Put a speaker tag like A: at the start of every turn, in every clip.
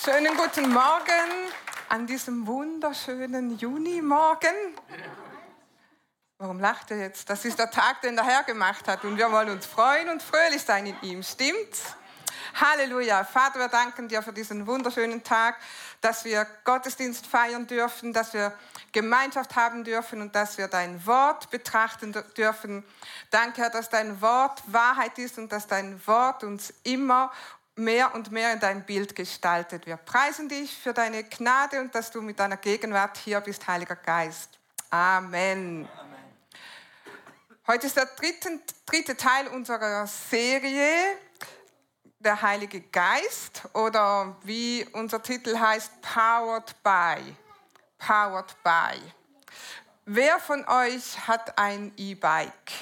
A: Schönen guten Morgen an diesem wunderschönen Junimorgen. Warum lacht ihr jetzt? Das ist der Tag, den der Herr gemacht hat und wir wollen uns freuen und fröhlich sein in ihm. Stimmt's? Halleluja. Vater, wir danken dir für diesen wunderschönen Tag, dass wir Gottesdienst feiern dürfen, dass wir Gemeinschaft haben dürfen und dass wir dein Wort betrachten dürfen. Danke, Herr, dass dein Wort Wahrheit ist und dass dein Wort uns immer mehr und mehr in dein Bild gestaltet. Wir preisen dich für deine Gnade und dass du mit deiner Gegenwart hier bist, Heiliger Geist. Amen. Heute ist der dritte Teil unserer Serie, der Heilige Geist, oder wie unser Titel heißt, Powered by. Powered by. Wer von euch hat ein E-Bike?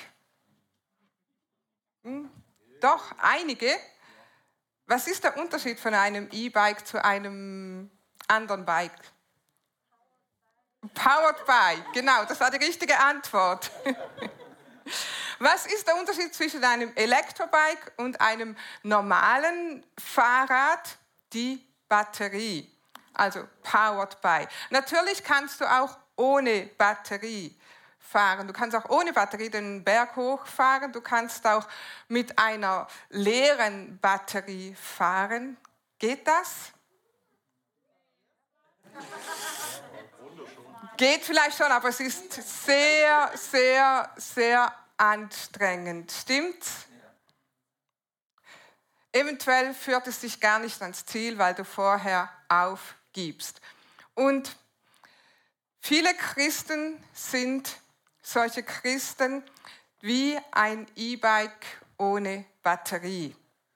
A: Doch, einige. Was ist der Unterschied von einem E-Bike zu einem anderen Bike? Powered by, genau, das war die richtige Antwort. Was ist der Unterschied zwischen einem Elektrobike und einem normalen Fahrrad? Die Batterie, also Powered by. Natürlich kannst du auch ohne Batterie fahren. Du kannst auch ohne Batterie den Berg hochfahren. Du kannst auch mit einer leeren Batterie fahren. Geht das? Geht vielleicht schon, aber es ist sehr, sehr, sehr anstrengend. Stimmt's? Eventuell führt es dich gar nicht ans Ziel, weil du vorher aufgibst. Und viele Christen sind solche Christen wie ein E-Bike ohne Batterie.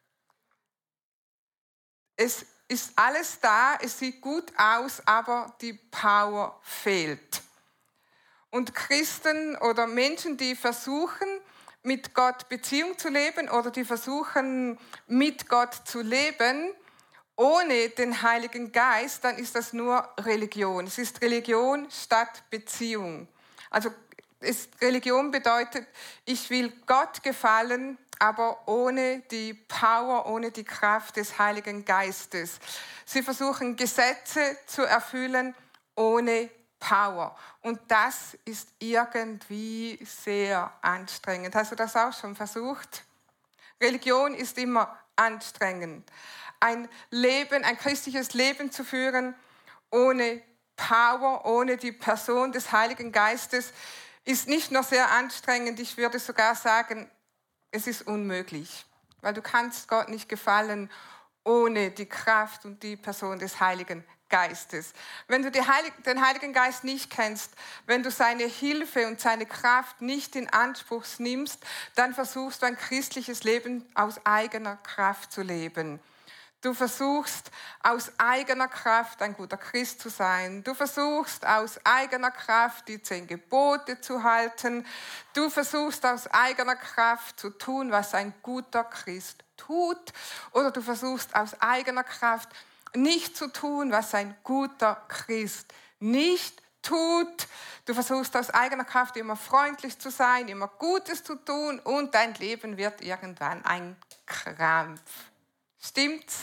A: Es ist alles da, es sieht gut aus, aber die Power fehlt. Und Christen oder Menschen, die versuchen, mit Gott Beziehung zu leben oder die versuchen, mit Gott zu leben, ohne den Heiligen Geist, dann ist das nur Religion. Es ist Religion statt Beziehung. Also Religion bedeutet, ich will Gott gefallen, aber ohne die Power, ohne die Kraft des Heiligen Geistes. Sie versuchen, Gesetze zu erfüllen, ohne Power. Und das ist irgendwie sehr anstrengend. Hast du das auch schon versucht? Religion ist immer anstrengend. Ein christliches Leben zu führen, ohne Power, ohne die Person des Heiligen Geistes, ist nicht nur sehr anstrengend, ich würde sogar sagen, es ist unmöglich, weil du kannst Gott nicht gefallen ohne die Kraft und die Person des Heiligen Geistes. Wenn du den Heiligen Geist nicht kennst, wenn du seine Hilfe und seine Kraft nicht in Anspruch nimmst, dann versuchst du ein christliches Leben aus eigener Kraft zu leben. Du versuchst aus eigener Kraft ein guter Christ zu sein. Du versuchst aus eigener Kraft die 10 Gebote zu halten. Du versuchst aus eigener Kraft zu tun, was ein guter Christ tut. Oder du versuchst aus eigener Kraft nicht zu tun, was ein guter Christ nicht tut. Du versuchst aus eigener Kraft immer freundlich zu sein, immer Gutes zu tun und dein Leben wird irgendwann ein Krampf. Stimmt's?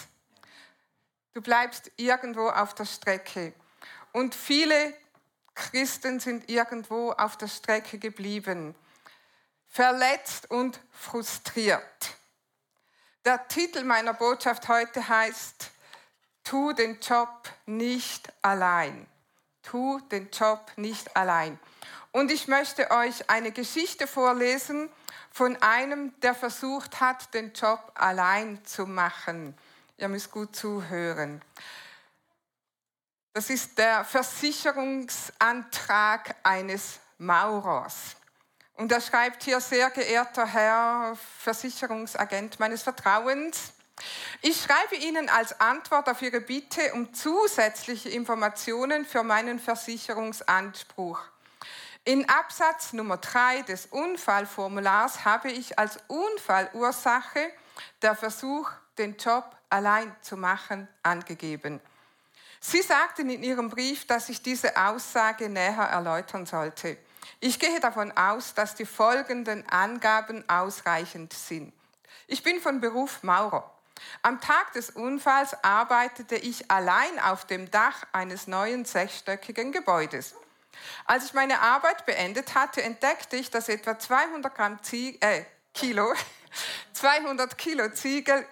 A: Du bleibst irgendwo auf der Strecke. Und viele Christen sind irgendwo auf der Strecke geblieben. Verletzt und frustriert. Der Titel meiner Botschaft heute heißt, tu den Job nicht allein. Tu den Job nicht allein. Und ich möchte euch eine Geschichte vorlesen von einem, der versucht hat, den Job allein zu machen. Ihr müsst gut zuhören. Das ist der Versicherungsantrag eines Maurers. Und er schreibt hier, sehr geehrter Herr Versicherungsagent meines Vertrauens, ich schreibe Ihnen als Antwort auf Ihre Bitte um zusätzliche Informationen für meinen Versicherungsanspruch. In Absatz Nummer 3 des Unfallformulars habe ich als Unfallursache der Versuch, den Job allein zu machen, angegeben. Sie sagten in Ihrem Brief, dass ich diese Aussage näher erläutern sollte. Ich gehe davon aus, dass die folgenden Angaben ausreichend sind. Ich bin von Beruf Maurer. Am Tag des Unfalls arbeitete ich allein auf dem Dach eines neuen 6-stöckigen Gebäudes. Als ich meine Arbeit beendet hatte, entdeckte ich, dass etwa 200 Kilo Ziegel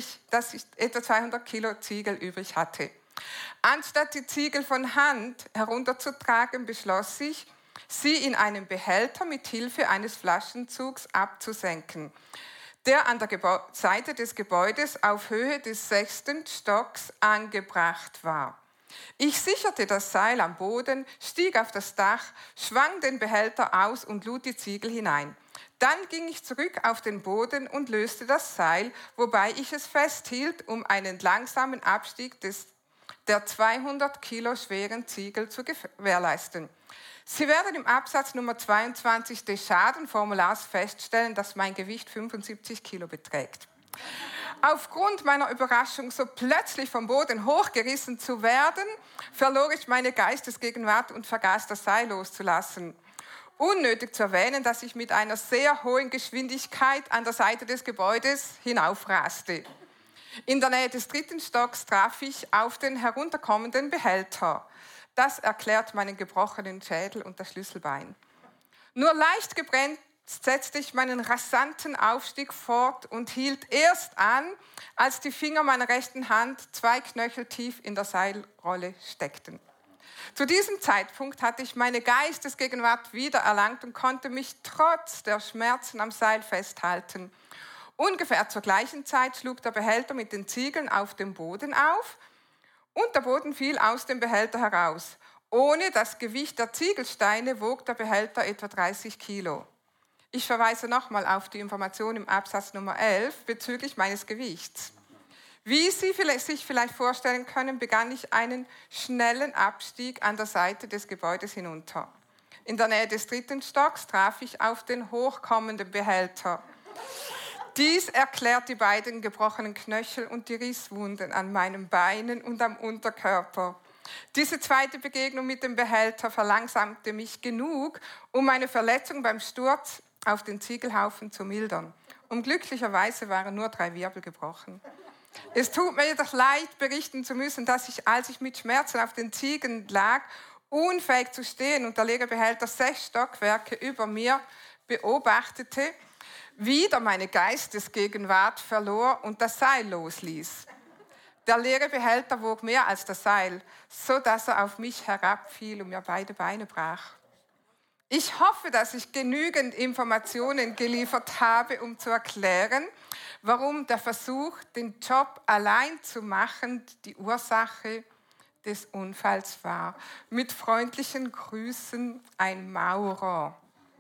A: übrig hatte. Anstatt die Ziegel von Hand herunterzutragen, beschloss ich, sie in einem Behälter mit Hilfe eines Flaschenzugs abzusenken, der an der Seite des Gebäudes auf Höhe des 6. Stocks angebracht war. Ich sicherte das Seil am Boden, stieg auf das Dach, schwang den Behälter aus und lud die Ziegel hinein. Dann ging ich zurück auf den Boden und löste das Seil, wobei ich es festhielt, um einen langsamen Abstieg der 200 Kilo schweren Ziegel zu gewährleisten. Sie werden im Absatz Nummer 22 des Schadenformulars feststellen, dass mein Gewicht 75 Kilo beträgt. Aufgrund meiner Überraschung, so plötzlich vom Boden hochgerissen zu werden, verlor ich meine Geistesgegenwart und vergaß, das Seil loszulassen. Unnötig zu erwähnen, dass ich mit einer sehr hohen Geschwindigkeit an der Seite des Gebäudes hinaufraste. In der Nähe des 3. Stocks traf ich auf den herunterkommenden Behälter. Das erklärt meinen gebrochenen Schädel und das Schlüsselbein. Nur leicht gebremst setzte ich meinen rasanten Aufstieg fort und hielt erst an, als die Finger meiner rechten Hand 2 Knöchel tief in der Seilrolle steckten. Zu diesem Zeitpunkt hatte ich meine Geistesgegenwart wieder erlangt und konnte mich trotz der Schmerzen am Seil festhalten. Ungefähr zur gleichen Zeit schlug der Behälter mit den Ziegeln auf dem Boden auf und der Boden fiel aus dem Behälter heraus. Ohne das Gewicht der Ziegelsteine wog der Behälter etwa 30 Kilo. Ich verweise nochmal auf die Information im Absatz Nummer 11 bezüglich meines Gewichts. Wie Sie sich vielleicht vorstellen können, begann ich einen schnellen Abstieg an der Seite des Gebäudes hinunter. In der Nähe des 3. Stocks traf ich auf den hochkommenden Behälter. Dies erklärt die beiden gebrochenen Knöchel und die Risswunden an meinen Beinen und am Unterkörper. Diese zweite Begegnung mit dem Behälter verlangsamte mich genug, um meine Verletzung beim Sturz auf den Ziegelhaufen zu mildern. Glücklicherweise waren nur 3 Wirbel gebrochen. Es tut mir jedoch leid, berichten zu müssen, dass ich, als ich mit Schmerzen auf den Ziegeln lag, unfähig zu stehen und der leere Behälter 6 Stockwerke über mir beobachtete, wieder meine Geistesgegenwart verlor und das Seil losließ. Der leere Behälter wog mehr als das Seil, so dass er auf mich herabfiel und mir beide Beine brach. Ich hoffe, dass ich genügend Informationen geliefert habe, um zu erklären, warum der Versuch, den Job allein zu machen, die Ursache des Unfalls war. Mit freundlichen Grüßen, ein Maurer.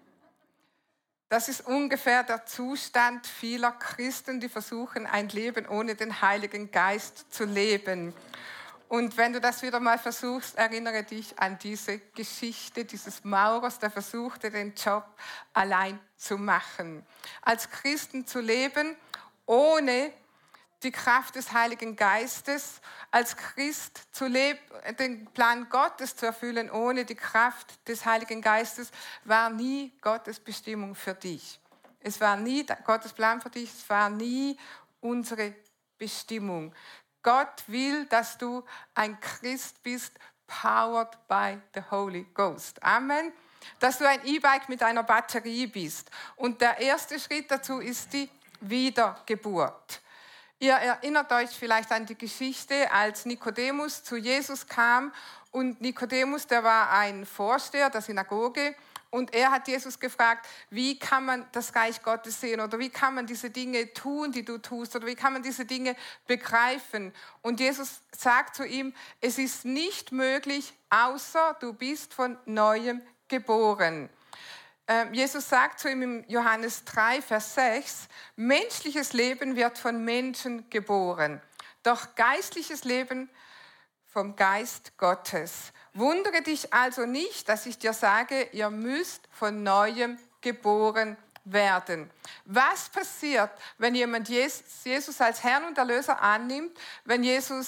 A: Das ist ungefähr der Zustand vieler Christen, die versuchen, ein Leben ohne den Heiligen Geist zu leben. Und wenn du das wieder mal versuchst, erinnere dich an diese Geschichte dieses Maurers, der versuchte, den Job allein zu machen. Als Christen zu leben, ohne die Kraft des Heiligen Geistes, als Christ zu leben, den Plan Gottes zu erfüllen, ohne die Kraft des Heiligen Geistes, war nie Gottes Bestimmung für dich. Es war nie Gottes Plan für dich, es war nie unsere Bestimmung. Gott will, dass du ein Christ bist, powered by the Holy Ghost. Amen. Dass du ein E-Bike mit einer Batterie bist. Und der erste Schritt dazu ist die Wiedergeburt. Ihr erinnert euch vielleicht an die Geschichte, als Nikodemus zu Jesus kam. Und Nikodemus, der war ein Vorsteher der Synagoge. Und er hat Jesus gefragt, wie kann man das Reich Gottes sehen oder wie kann man diese Dinge tun, die du tust oder wie kann man diese Dinge begreifen. Und Jesus sagt zu ihm, es ist nicht möglich, außer du bist von Neuem geboren. Jesus sagt zu ihm in Johannes 3, Vers 6, menschliches Leben wird von Menschen geboren, doch geistliches Leben vom Geist Gottes. Wundere dich also nicht, dass ich dir sage, ihr müsst von Neuem geboren werden. Was passiert, wenn jemand Jesus als Herrn und Erlöser annimmt, wenn jemand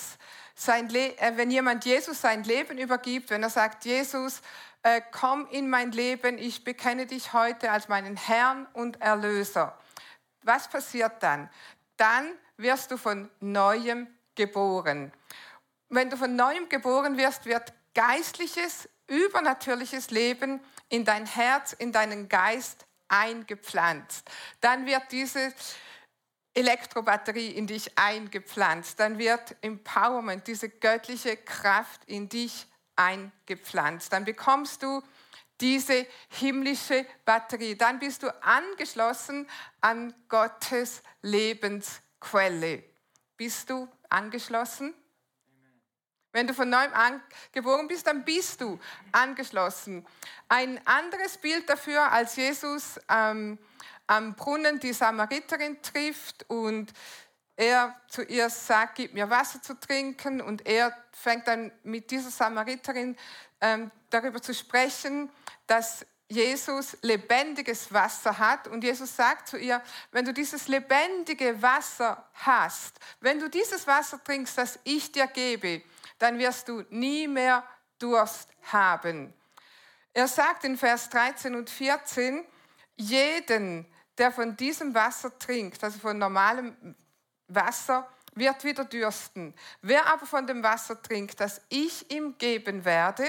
A: Jesus sein Leben übergibt, wenn er sagt, Jesus, komm in mein Leben, ich bekenne dich heute als meinen Herrn und Erlöser. Was passiert dann? Dann wirst du von Neuem geboren. Wenn du von Neuem geboren wirst, wird geistliches, übernatürliches Leben in dein Herz, in deinen Geist eingepflanzt. Dann wird diese Elektrobatterie in dich eingepflanzt. Dann wird Empowerment, diese göttliche Kraft in dich eingepflanzt. Dann bekommst du diese himmlische Batterie. Dann bist du angeschlossen an Gottes Lebensquelle. Bist du angeschlossen? Wenn du von neuem geboren bist, dann bist du angeschlossen. Ein anderes Bild dafür, als Jesus am Brunnen die Samariterin trifft und er zu ihr sagt, gib mir Wasser zu trinken, und er fängt dann mit dieser Samariterin darüber zu sprechen, dass Jesus lebendiges Wasser hat, und Jesus sagt zu ihr, wenn du dieses lebendige Wasser hast, wenn du dieses Wasser trinkst, das ich dir gebe, dann wirst du nie mehr Durst haben. Er sagt in Vers 13 und 14, jeden, der von diesem Wasser trinkt, also von normalem Wasser, wird wieder dürsten. Wer aber von dem Wasser trinkt, das ich ihm geben werde,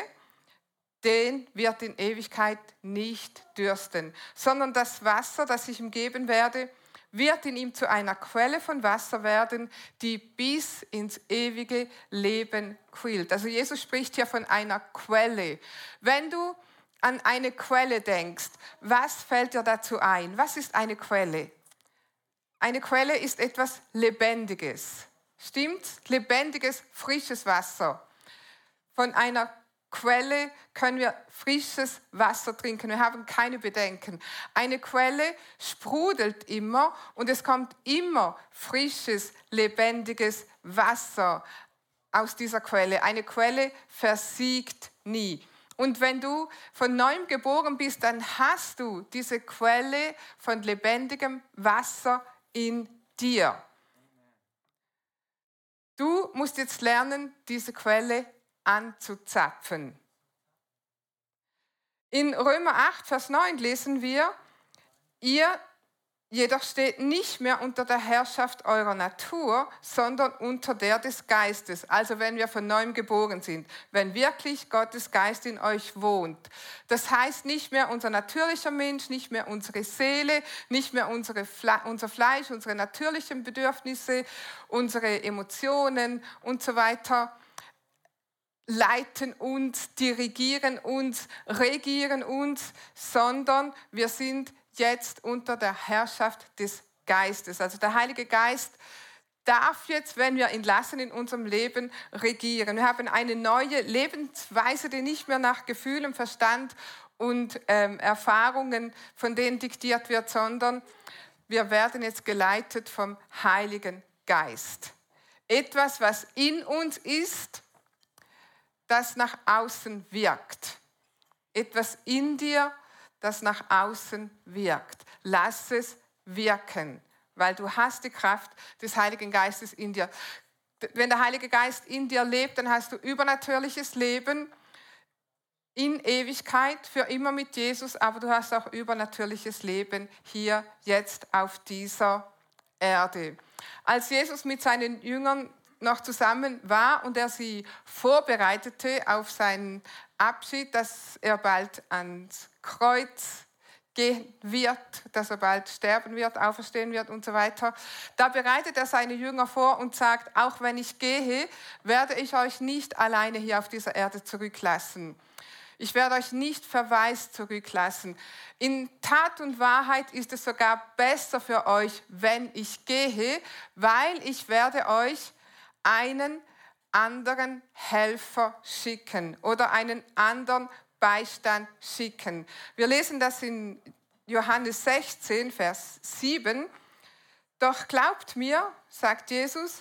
A: den wird in Ewigkeit nicht dürsten, sondern das Wasser, das ich ihm geben werde, wird in ihm zu einer Quelle von Wasser werden, die bis ins ewige Leben quillt. Also Jesus spricht hier von einer Quelle. Wenn du an eine Quelle denkst, was fällt dir dazu ein? Was ist eine Quelle? Eine Quelle ist etwas Lebendiges. Stimmt's? Lebendiges, frisches Wasser. Von einer Quelle können wir frisches Wasser trinken. Wir haben keine Bedenken. Eine Quelle sprudelt immer und es kommt immer frisches, lebendiges Wasser aus dieser Quelle. Eine Quelle versiegt nie. Und wenn du von neuem geboren bist, dann hast du diese Quelle von lebendigem Wasser in dir. Du musst jetzt lernen, diese Quelle anzuzapfen. In Römer 8, Vers 9 lesen wir, ihr jedoch steht nicht mehr unter der Herrschaft eurer Natur, sondern unter der des Geistes. Also wenn wir von neuem geboren sind, wenn wirklich Gottes Geist in euch wohnt. Das heißt nicht mehr unser natürlicher Mensch, nicht mehr unsere Seele, nicht mehr unser Fleisch, unsere natürlichen Bedürfnisse, unsere Emotionen und so weiter leiten uns, dirigieren uns, regieren uns, sondern wir sind jetzt unter der Herrschaft des Geistes. Also der Heilige Geist darf jetzt, wenn wir ihn lassen, in unserem Leben regieren. Wir haben eine neue Lebensweise, die nicht mehr nach Gefühlen, Verstand und Erfahrungen von denen diktiert wird, sondern wir werden jetzt geleitet vom Heiligen Geist. Etwas, was in uns ist, das nach außen wirkt. Etwas in dir, das nach außen wirkt. Lass es wirken, weil du hast die Kraft des Heiligen Geistes in dir. Wenn der Heilige Geist in dir lebt, dann hast du übernatürliches Leben in Ewigkeit, für immer mit Jesus, aber du hast auch übernatürliches Leben hier, jetzt auf dieser Erde. Als Jesus mit seinen Jüngern noch zusammen war und er sie vorbereitete auf seinen Abschied, dass er bald ans Kreuz gehen wird, dass er bald sterben wird, auferstehen wird und so weiter. Da bereitet er seine Jünger vor und sagt, auch wenn ich gehe, werde ich euch nicht alleine hier auf dieser Erde zurücklassen. Ich werde euch nicht verwaist zurücklassen. In Tat und Wahrheit ist es sogar besser für euch, wenn ich gehe, weil ich werde euch einen anderen Helfer schicken oder einen anderen Beistand schicken. Wir lesen das in Johannes 16, Vers 7. Doch glaubt mir, sagt Jesus,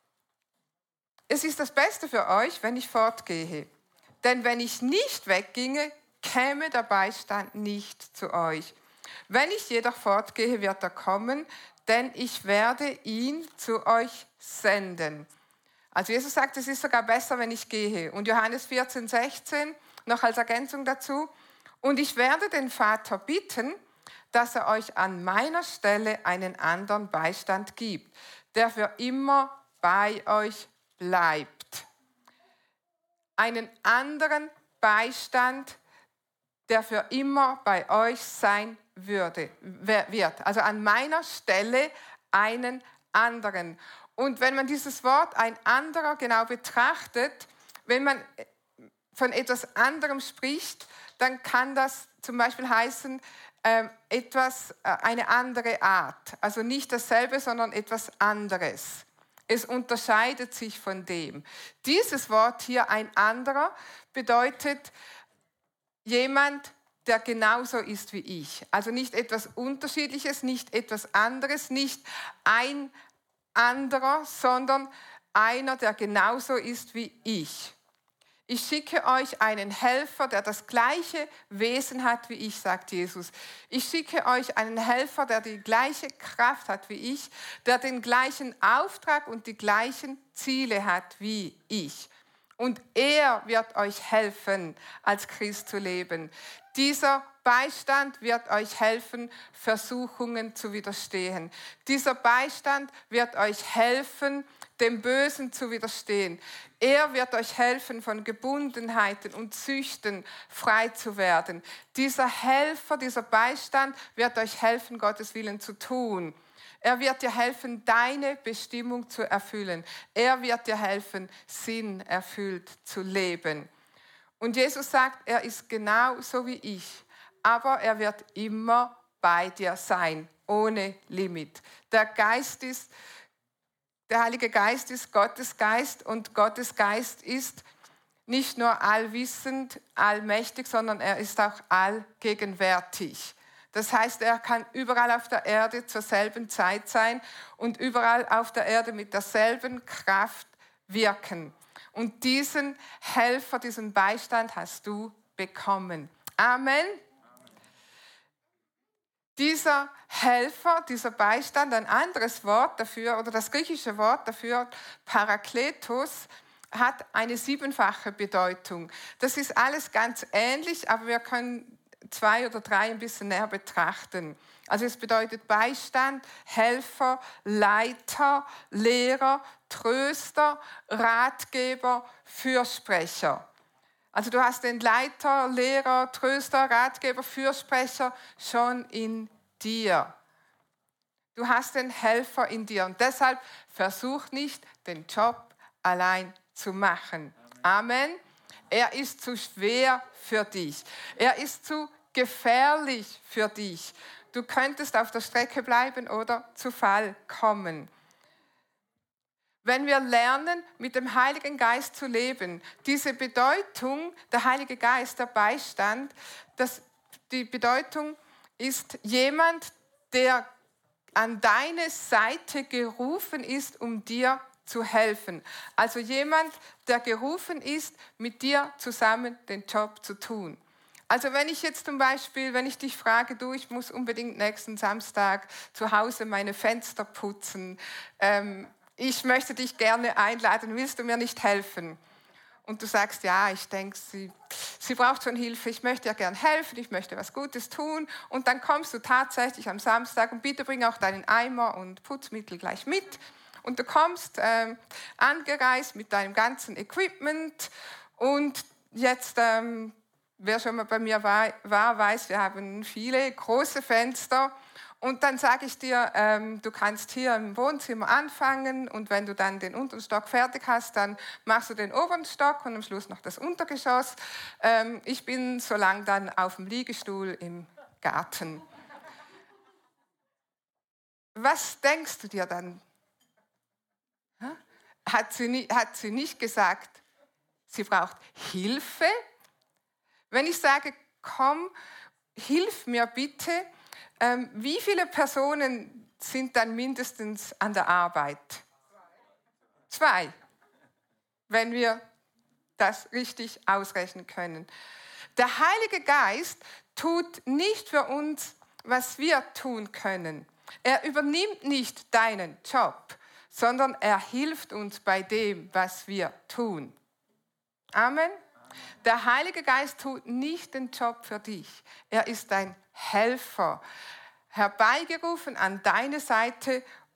A: es ist das Beste für euch, wenn ich fortgehe. Denn wenn ich nicht wegginge, käme der Beistand nicht zu euch. Wenn ich jedoch fortgehe, wird er kommen, denn ich werde ihn zu euch senden. Also Jesus sagt, es ist sogar besser, wenn ich gehe. Und Johannes 14, 16, noch als Ergänzung dazu. Und ich werde den Vater bitten, dass er euch an meiner Stelle einen anderen Beistand gibt, der für immer bei euch bleibt. Einen anderen Beistand, der für immer bei euch sein wird. Also an meiner Stelle einen anderen. Und wenn man dieses Wort ein anderer genau betrachtet, wenn man von etwas anderem spricht, dann kann das zum Beispiel heißen, eine andere Art. Also nicht dasselbe, sondern etwas anderes. Es unterscheidet sich von dem. Dieses Wort hier, ein anderer, bedeutet jemand, der genauso ist wie ich. Also nicht etwas Unterschiedliches, nicht etwas anderes, nicht ein anderer, sondern einer, der genauso ist wie ich. Ich schicke euch einen Helfer, der das gleiche Wesen hat wie ich, sagt Jesus. Ich schicke euch einen Helfer, der die gleiche Kraft hat wie ich, der den gleichen Auftrag und die gleichen Ziele hat wie ich. Und er wird euch helfen, als Christ zu leben. Dieser Beistand wird euch helfen, Versuchungen zu widerstehen. Dieser Beistand wird euch helfen, dem Bösen zu widerstehen. Er wird euch helfen, von Gebundenheiten und Süchten frei zu werden. Dieser Helfer, dieser Beistand wird euch helfen, Gottes Willen zu tun. Er wird dir helfen, deine Bestimmung zu erfüllen. Er wird dir helfen, sinnerfüllt zu leben. Und Jesus sagt, er ist genau so wie ich, aber er wird immer bei dir sein, ohne Limit. Der Heilige Geist ist Gottes Geist und Gottes Geist ist nicht nur allwissend, allmächtig, sondern er ist auch allgegenwärtig. Das heißt, er kann überall auf der Erde zur selben Zeit sein und überall auf der Erde mit derselben Kraft wirken. Und diesen Helfer, diesen Beistand hast du bekommen. Amen. Dieser Helfer, dieser Beistand, ein anderes Wort dafür, oder das griechische Wort dafür, Parakletos, hat eine 7-fache Bedeutung. Das ist alles ganz ähnlich, aber wir können 2 oder 3 ein bisschen näher betrachten. Also es bedeutet Beistand, Helfer, Leiter, Lehrer, Tröster, Ratgeber, Fürsprecher. Also du hast den Leiter, Lehrer, Tröster, Ratgeber, Fürsprecher schon in dir. Du hast den Helfer in dir und deshalb versuch nicht, den Job allein zu machen. Amen. Er ist zu schwer für dich. Er ist zu gefährlich für dich. Du könntest auf der Strecke bleiben oder zu Fall kommen. Wenn wir lernen, mit dem Heiligen Geist zu leben, diese Bedeutung, der Heilige Geist, der Beistand, die Bedeutung ist jemand, der an deine Seite gerufen ist, um dir zu helfen. Also jemand, der gerufen ist, mit dir zusammen den Job zu tun. Also wenn ich jetzt zum Beispiel, wenn ich dich frage, du, ich muss unbedingt nächsten Samstag zu Hause meine Fenster putzen, ich möchte dich gerne einladen, willst du mir nicht helfen? Und du sagst, ja, ich denke, sie braucht schon Hilfe, ich möchte ihr gern helfen, ich möchte was Gutes tun. Und dann kommst du tatsächlich am Samstag und bitte bring auch deinen Eimer und Putzmittel gleich mit. Und du kommst angereist mit deinem ganzen Equipment und jetzt, wer schon mal bei mir war, weiß, wir haben viele große Fenster. Und dann sage ich dir, du kannst hier im Wohnzimmer anfangen und wenn du dann den unteren Stock fertig hast, dann machst du den oberen Stock und am Schluss noch das Untergeschoss. Ich bin so lang dann auf dem Liegestuhl im Garten. Was denkst du dir dann? Hat sie nicht gesagt, sie braucht Hilfe? Wenn ich sage, komm, hilf mir bitte, wie viele Personen sind dann mindestens an der Arbeit? 2, wenn wir das richtig ausrechnen können. Der Heilige Geist tut nicht für uns, was wir tun können. Er übernimmt nicht deinen Job, sondern er hilft uns bei dem, was wir tun. Amen. Der Heilige Geist tut nicht den Job für dich. Er ist dein Helfer, herbeigerufen an deine Seite,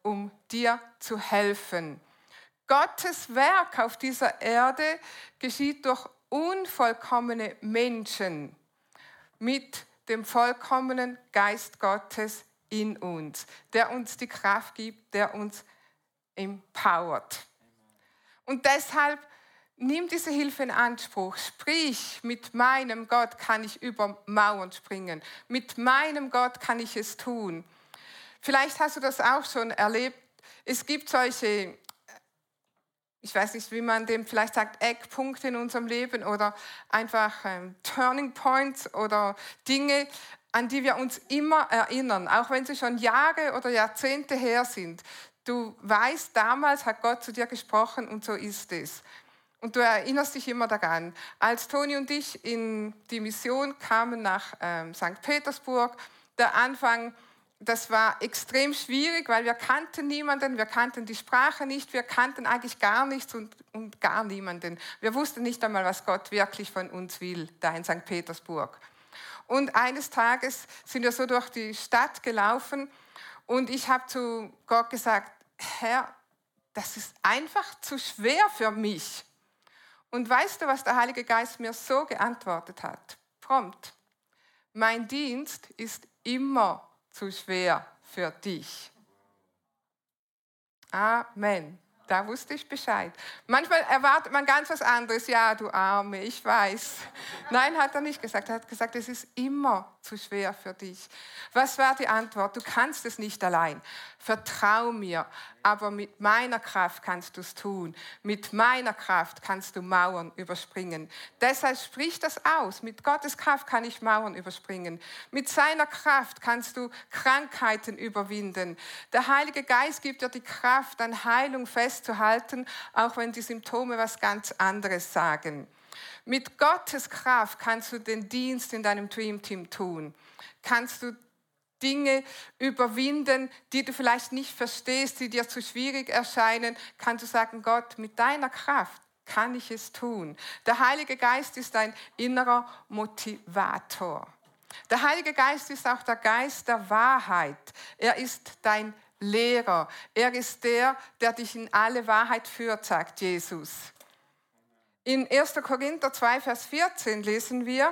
A: um dir zu helfen. Gottes Werk auf dieser Erde geschieht durch unvollkommene Menschen mit dem vollkommenen Geist Gottes in uns, der uns die Kraft gibt, der uns empowert. Und deshalb nimm diese Hilfe in Anspruch. Sprich, mit meinem Gott kann ich über Mauern springen. Mit meinem Gott kann ich es tun. Vielleicht hast du das auch schon erlebt. Es gibt solche, ich weiß nicht, wie man dem vielleicht sagt, Eckpunkte in unserem Leben oder einfach Turning Points oder Dinge, an die wir uns immer erinnern, auch wenn sie schon Jahre oder Jahrzehnte her sind. Du weißt, damals hat Gott zu dir gesprochen und so ist es. Und du erinnerst dich immer daran. Als Toni und ich in die Mission kamen nach St. Petersburg, der Anfang, das war extrem schwierig, weil wir kannten niemanden, wir kannten die Sprache nicht, wir kannten eigentlich gar nichts und gar niemanden. Wir wussten nicht einmal, was Gott wirklich von uns will, da in St. Petersburg. Und eines Tages sind wir so durch die Stadt gelaufen und ich habe zu Gott gesagt, Herr, das ist einfach zu schwer für mich. Und weißt du, was der Heilige Geist mir so geantwortet hat? Prompt. Mein Dienst ist immer zu schwer für dich. Amen. Da wusste ich Bescheid. Manchmal erwartet man ganz was anderes. Ja, du Arme, ich weiß. Nein, hat er nicht gesagt. Er hat gesagt, es ist immer zu schwer für dich. Was war die Antwort? Du kannst es nicht allein. Vertrau mir, aber mit meiner Kraft kannst du es tun. Mit meiner Kraft kannst du Mauern überspringen. Deshalb sprich das aus. Mit Gottes Kraft kann ich Mauern überspringen. Mit seiner Kraft kannst du Krankheiten überwinden. Der Heilige Geist gibt dir die Kraft, an Heilung festzuhalten, auch wenn die Symptome was ganz anderes sagen. Mit Gottes Kraft kannst du den Dienst in deinem Dreamteam tun. Kannst du Dinge überwinden, die du vielleicht nicht verstehst, die dir zu schwierig erscheinen, kannst du sagen, Gott, mit deiner Kraft kann ich es tun. Der Heilige Geist ist ein innerer Motivator. Der Heilige Geist ist auch der Geist der Wahrheit. Er ist dein Lehrer. Er ist der dich in alle Wahrheit führt, sagt Jesus. In 1. Korinther 2, Vers 14 lesen wir,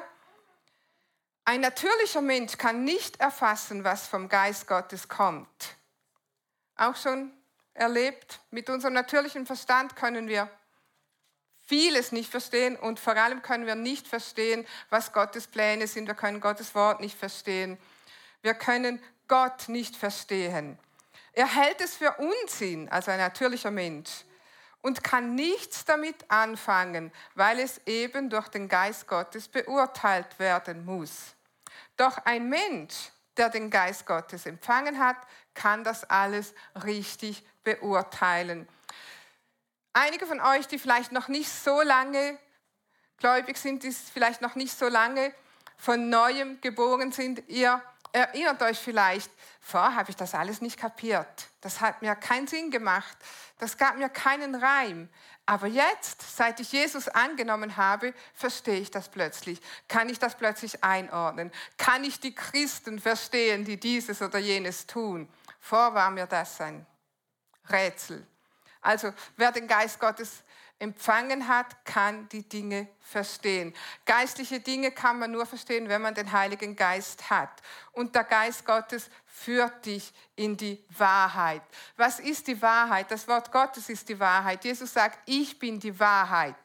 A: ein natürlicher Mensch kann nicht erfassen, was vom Geist Gottes kommt. Auch schon erlebt, mit unserem natürlichen Verstand können wir vieles nicht verstehen und vor allem können wir nicht verstehen, was Gottes Pläne sind. Wir können Gottes Wort nicht verstehen. Wir können Gott nicht verstehen. Er hält es für Unsinn, also ein natürlicher Mensch, und kann nichts damit anfangen, weil es eben durch den Geist Gottes beurteilt werden muss. Doch ein Mensch, der den Geist Gottes empfangen hat, kann das alles richtig beurteilen. Einige von euch, die vielleicht noch nicht so lange gläubig sind, die vielleicht noch nicht so lange von Neuem geboren sind, ihr erinnert euch vielleicht, vorher habe ich das alles nicht kapiert. Das hat mir keinen Sinn gemacht. Das gab mir keinen Reim. Aber jetzt, seit ich Jesus angenommen habe, verstehe ich das plötzlich. Kann ich das plötzlich einordnen? Kann ich die Christen verstehen, die dieses oder jenes tun? Vorher war mir das ein Rätsel. Also, wer den Geist Gottes empfangen hat, kann die Dinge verstehen. Geistliche Dinge kann man nur verstehen, wenn man den Heiligen Geist hat. Und der Geist Gottes führt dich in die Wahrheit. Was ist die Wahrheit? Das Wort Gottes ist die Wahrheit. Jesus sagt, ich bin die Wahrheit.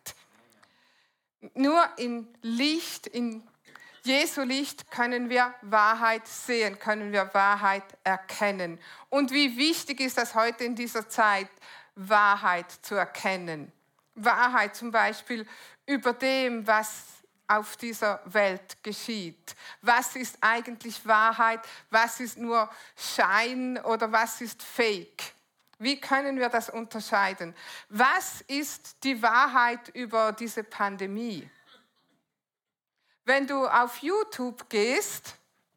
A: Nur in Licht, in Jesu Licht können wir Wahrheit sehen, können wir Wahrheit erkennen. Und wie wichtig ist das heute in dieser Zeit, Wahrheit zu erkennen. Wahrheit zum Beispiel über dem, was auf dieser Welt geschieht. Was ist eigentlich Wahrheit? Was ist nur Schein oder was ist Fake? Wie können wir das unterscheiden? Was ist die Wahrheit über diese Pandemie? Wenn du auf YouTube gehst,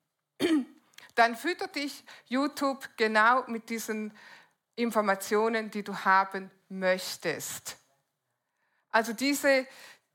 A: dann füttert dich YouTube genau mit diesen Informationen, die du haben möchtest. Also diese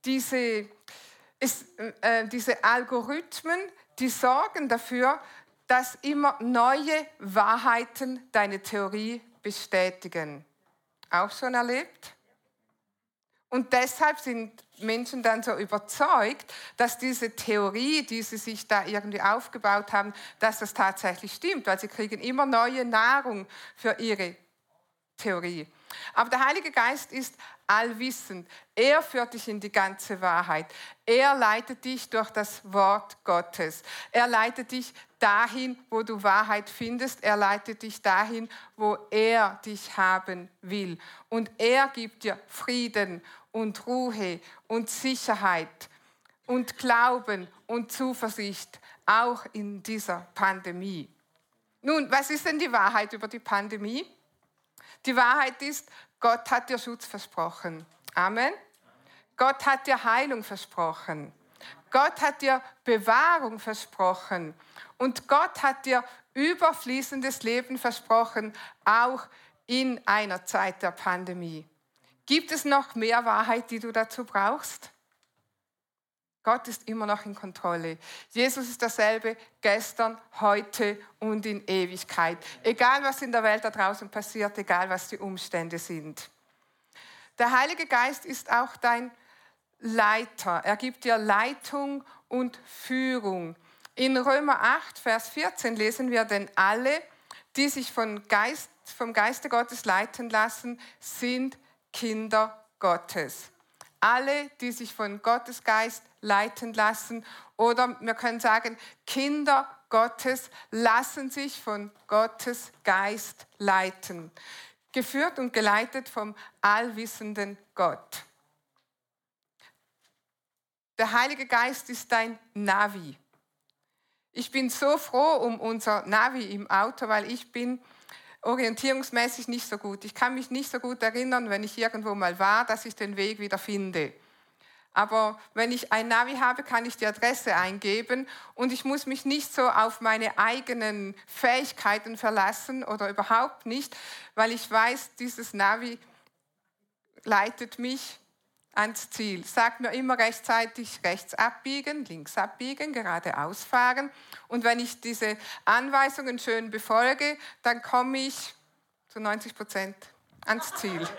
A: Algorithmen, die sorgen dafür, dass immer neue Wahrheiten deine Theorie bestätigen. Auch schon erlebt? Und deshalb sind Menschen dann so überzeugt, dass diese Theorie, die sie sich da irgendwie aufgebaut haben, dass das tatsächlich stimmt, weil sie kriegen immer neue Nahrung für ihre Theorie. Aber der Heilige Geist ist allwissend. Er führt dich in die ganze Wahrheit. Er leitet dich durch das Wort Gottes. Er leitet dich dahin, wo du Wahrheit findest. Er leitet dich dahin, wo er dich haben will. Und er gibt dir Frieden und Ruhe und Sicherheit und Glauben und Zuversicht, auch in dieser Pandemie. Nun, was ist denn die Wahrheit über die Pandemie? Die Wahrheit ist, Gott hat dir Schutz versprochen. Amen. Gott hat dir Heilung versprochen. Gott hat dir Bewahrung versprochen. Und Gott hat dir überfließendes Leben versprochen, auch in einer Zeit der Pandemie. Gibt es noch mehr Wahrheit, die du dazu brauchst? Gott ist immer noch in Kontrolle. Jesus ist dasselbe gestern, heute und in Ewigkeit. Egal, was in der Welt da draußen passiert, egal, was die Umstände sind. Der Heilige Geist ist auch dein Leiter. Er gibt dir Leitung und Führung. In Römer 8, Vers 14 lesen wir, denn alle, die sich vom Geiste Gottes leiten lassen, sind Kinder Gottes. Alle, die sich von Gottes Geist leiten lassen, oder wir können sagen, Kinder Gottes lassen sich von Gottes Geist leiten. Geführt und geleitet vom allwissenden Gott. Der Heilige Geist ist dein Navi. Ich bin so froh um unser Navi im Auto, weil ich bin orientierungsmäßig nicht so gut. Ich kann mich nicht so gut erinnern, wenn ich irgendwo mal war, dass ich den Weg wieder finde. Aber wenn ich ein Navi habe, kann ich die Adresse eingeben und ich muss mich nicht so auf meine eigenen Fähigkeiten verlassen oder überhaupt nicht, weil ich weiß, dieses Navi leitet mich ans Ziel. Sagt mir immer rechtzeitig rechts abbiegen, links abbiegen, geradeaus fahren. Und wenn ich diese Anweisungen schön befolge, dann komme ich zu 90% ans Ziel.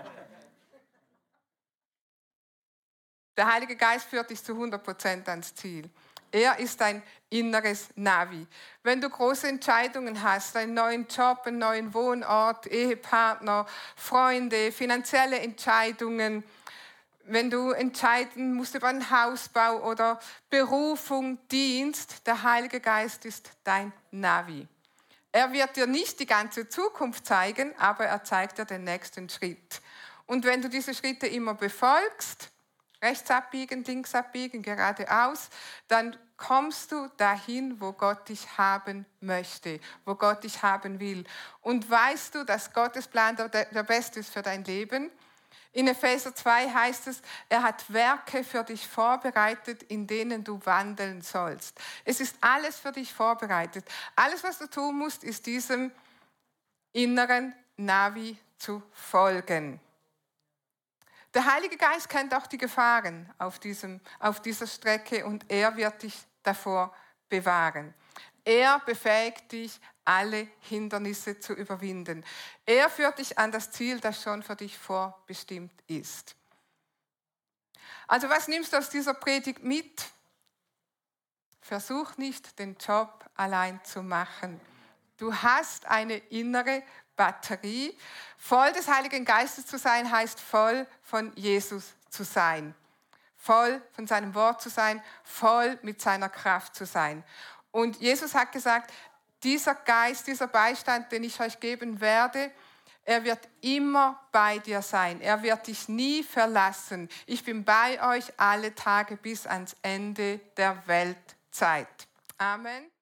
A: Der Heilige Geist führt dich zu 100% ans Ziel. Er ist dein inneres Navi. Wenn du große Entscheidungen hast, einen neuen Job, einen neuen Wohnort, Ehepartner, Freunde, finanzielle Entscheidungen, wenn du entscheiden musst über einen Hausbau oder Berufung, Dienst, der Heilige Geist ist dein Navi. Er wird dir nicht die ganze Zukunft zeigen, aber er zeigt dir den nächsten Schritt. Und wenn du diese Schritte immer befolgst, rechts abbiegen, links abbiegen, geradeaus, dann kommst du dahin, wo Gott dich haben möchte, wo Gott dich haben will. Und weißt du, dass Gottes Plan der beste ist für dein Leben? In Epheser 2 heißt es, er hat Werke für dich vorbereitet, in denen du wandeln sollst. Es ist alles für dich vorbereitet. Alles, was du tun musst, ist diesem inneren Navi zu folgen. Der Heilige Geist kennt auch die Gefahren auf dieser Strecke und er wird dich davor bewahren. Er befähigt dich, alle Hindernisse zu überwinden. Er führt dich an das Ziel, das schon für dich vorbestimmt ist. Also was nimmst du aus dieser Predigt mit? Versuch nicht, den Job allein zu machen. Du hast eine innere Batterie. Voll des Heiligen Geistes zu sein, heißt voll von Jesus zu sein. Voll von seinem Wort zu sein, voll mit seiner Kraft zu sein. Und Jesus hat gesagt, dieser Geist, dieser Beistand, den ich euch geben werde, er wird immer bei dir sein. Er wird dich nie verlassen. Ich bin bei euch alle Tage bis ans Ende der Weltzeit. Amen.